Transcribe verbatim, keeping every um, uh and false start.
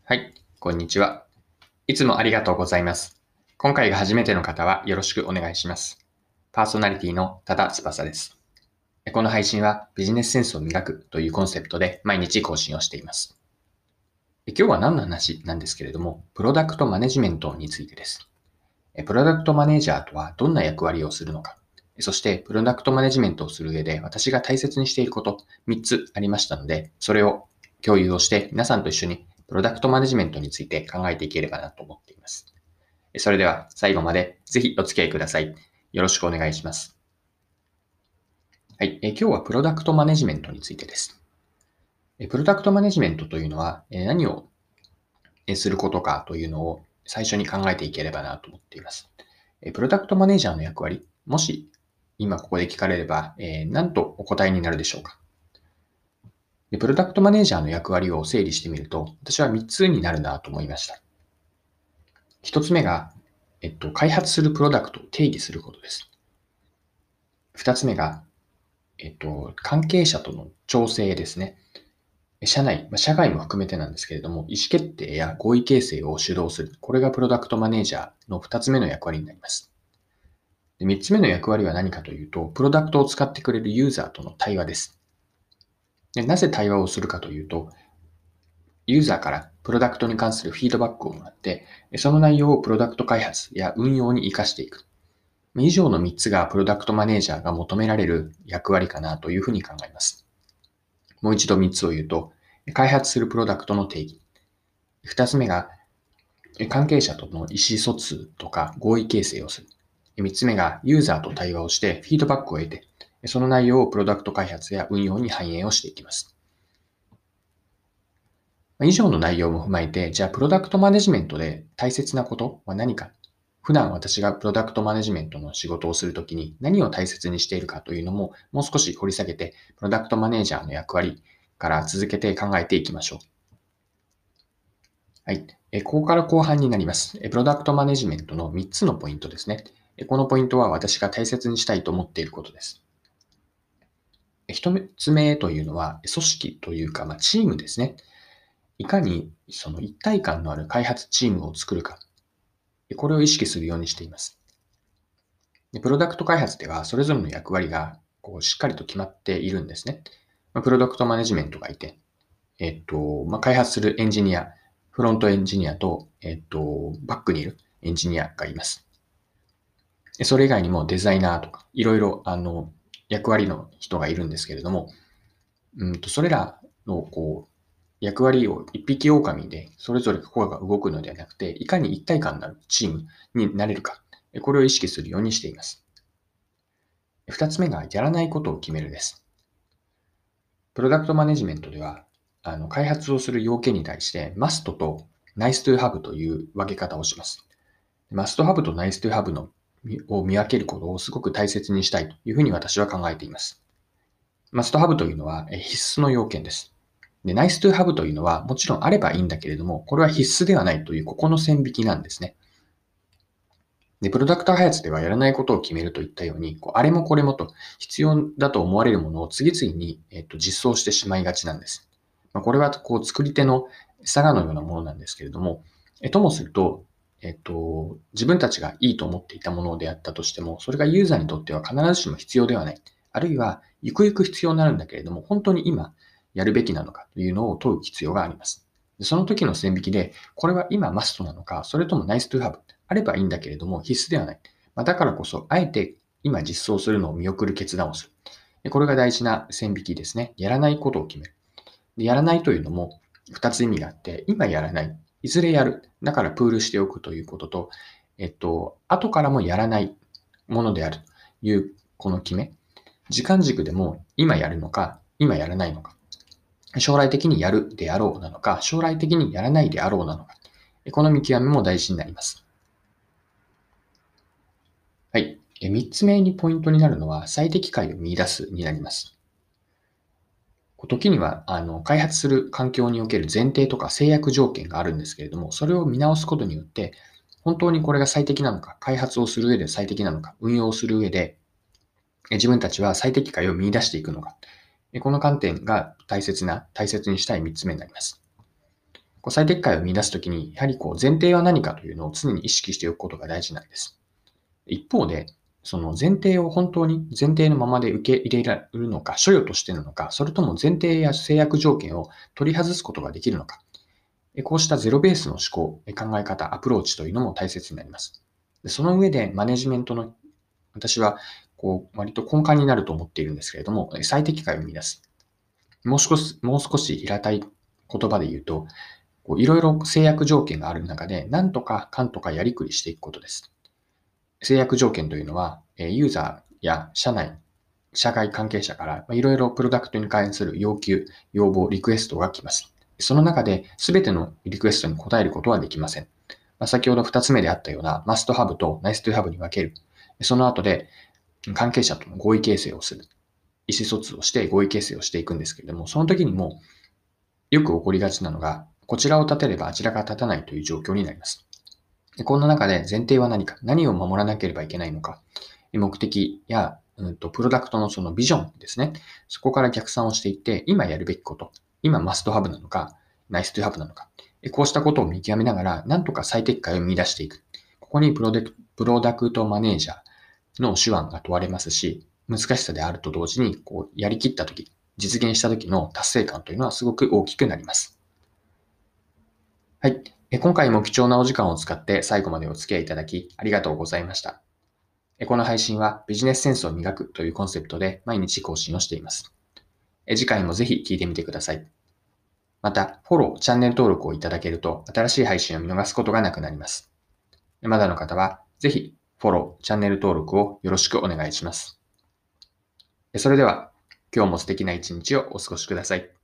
はい、こんにちは。いつもありがとうございます。今回が初めての方はよろしくお願いします。パーソナリティの多田翼です。この配信はビジネスセンスを磨くというコンセプトで毎日更新をしています。今日は何の話なんですけれども、プロダクトマネジメントについてです。プロダクトマネージャーとはどんな役割をするのか、そしてプロダクトマネジメントをする上で私が大切にしていることみっつありましたので、それを共有をして皆さんと一緒にプロダクトマネジメントについて考えていければなと思っています。それでは最後までぜひお付き合いください。よろしくお願いします。はい、え今日はプロダクトマネジメントについてです。プロダクトマネジメントというのは何をすることかというのを最初に考えていければなと思っています。プロダクトマネージャーの役割、もし今ここで聞かれれば、えー、何とお答えになるでしょうか。でプロダクトマネージャーの役割を整理してみると、私はみっつになるなと思いました。ひとつめが、えっと、開発するプロダクトを定義することです。ふたつめが、えっと、関係者との調整ですね。社内、社外も含めてなんですけれども、意思決定や合意形成を主導する。これがプロダクトマネージャーのふたつめの役割になります。でみっつめの役割は何かというと、プロダクトを使ってくれるユーザーとの対話です。でなぜ対話をするかというと、ユーザーからプロダクトに関するフィードバックをもらって、その内容をプロダクト開発や運用に活かしていく。以上のみっつがプロダクトマネージャーが求められる役割かなというふうに考えます。もう一度みっつを言うと、開発するプロダクトの定義。ふたつめが、関係者との意思疎通とか合意形成をする。みっつめが、ユーザーと対話をしてフィードバックを得て、その内容をプロダクト開発や運用に反映をしていきます。以上の内容も踏まえて、じゃあプロダクトマネジメントで大切なことは何か。普段私がプロダクトマネジメントの仕事をするときに何を大切にしているかというのももう少し掘り下げて、プロダクトマネージャーの役割から続けて考えていきましょう。はい。ここから後半になります。プロダクトマネジメントのみっつのポイントですね。このポイントは私が大切にしたいと思っていることです。ひとつめというのは、組織というか、まあ、チームですね。いかにその一体感のある開発チームを作るか。これを意識するようにしています。でプロダクト開発では、それぞれの役割がこうしっかりと決まっているんですね。まあ、プロダクトマネジメントがいて、えっと、まあ、開発するエンジニア、フロントエンジニアと、えっと、バックにいるエンジニアがいます。それ以外にもデザイナーとか、いろいろ、あの、役割の人がいるんですけれども、うんと、それらの、こう、役割を一匹狼で、それぞれ心が動くのではなくて、いかに一体感のあるチームになれるか、これを意識するようにしています。二つ目が、やらないことを決めるです。プロダクトマネジメントでは、あの、開発をする要件に対して、マストとナイストゥーハブという分け方をします。マストハブとナイストゥハブのを見分けることをすごく大切にしたいというふうに私は考えています。マストハブというのは必須の要件です。で、ナイストゥハブというのはもちろんあればいいんだけれども、これは必須ではないというここの線引きなんですね。で、プロダクト開発ではやらないことを決めるといったように、こうあれもこれもと必要だと思われるものを次々に、えっと、実装してしまいがちなんです。まあ、これはこう作り手の差がのようなものなんですけれども、えともすると、えっと、自分たちがいいと思っていたものであったとしても、それがユーザーにとっては必ずしも必要ではない。あるいは、ゆくゆく必要になるんだけれども、本当に今やるべきなのかというのを問う必要があります。その時の線引きで、これは今マストなのか、それとも nice to have。あればいいんだけれども、必須ではない。まあ、だからこそ、あえて今実装するのを見送る決断をする。これが大事な線引きですね。やらないことを決める。でやらないというのもふたつ意味があって、今やらない。いずれやる。だからプールしておくということと、えっと、後からもやらないものであるというこの決め。時間軸でも今やるのか、今やらないのか。将来的にやるであろうなのか、将来的にやらないであろうなのか。この見極めも大事になります。はい。みっつめにポイントになるのは最適解を見出すになります。時には、あの、開発する環境における前提とか制約条件があるんですけれども、それを見直すことによって、本当にこれが最適なのか、開発をする上で最適なのか、運用をする上で、自分たちは最適解を見出していくのか。この観点が大切な、大切にしたいみっつめになります。 こう最適解を見出すときに、やはりこう前提は何かというのを常に意識しておくことが大事なんです。一方で、その前提を本当に前提のままで受け入れられるのか、所与としてなのか、それとも前提や制約条件を取り外すことができるのか、こうしたゼロベースの思考、考え方、アプローチというのも大切になります。その上でマネジメントの、私はこう割と根幹になると思っているんですけれども、最適解を生み出す。もう少し、もう少し平たい言葉で言うと、いろいろ制約条件がある中で、なんとかかんとかやりくりしていくことです。制約条件というのは、ユーザーや社内、社外関係者からいろいろプロダクトに関する要求、要望、リクエストが来ます。その中で全てのリクエストに応えることはできません。先ほどふたつめであったような must have と nice to have に分ける。その後で関係者との合意形成をする。意思疎通をして合意形成をしていくんですけれども、その時にもよく起こりがちなのが、こちらを立てればあちらが立たないという状況になります。こんな中で前提は何か、何を守らなければいけないのか、目的や、うんと、プロダクトのそのビジョンですね。そこから逆算をしていって、今やるべきこと、今マストハブなのか、ナイストゥハブなのか、こうしたことを見極めながら、なんとか最適解を見出していく。ここにプロデプロダクトマネージャーの手腕が問われますし、難しさであると同時に、こう、やりきったとき、実現したときの達成感というのはすごく大きくなります。はい。今回も貴重なお時間を使って最後までお付き合いいただきありがとうございました。この配信はビジネスセンスを磨くというコンセプトで毎日更新をしています。次回もぜひ聞いてみてください。また、フォロー、チャンネル登録をいただけると新しい配信を見逃すことがなくなります。まだの方はぜひフォロー、チャンネル登録をよろしくお願いします。それでは今日も素敵な一日をお過ごしください。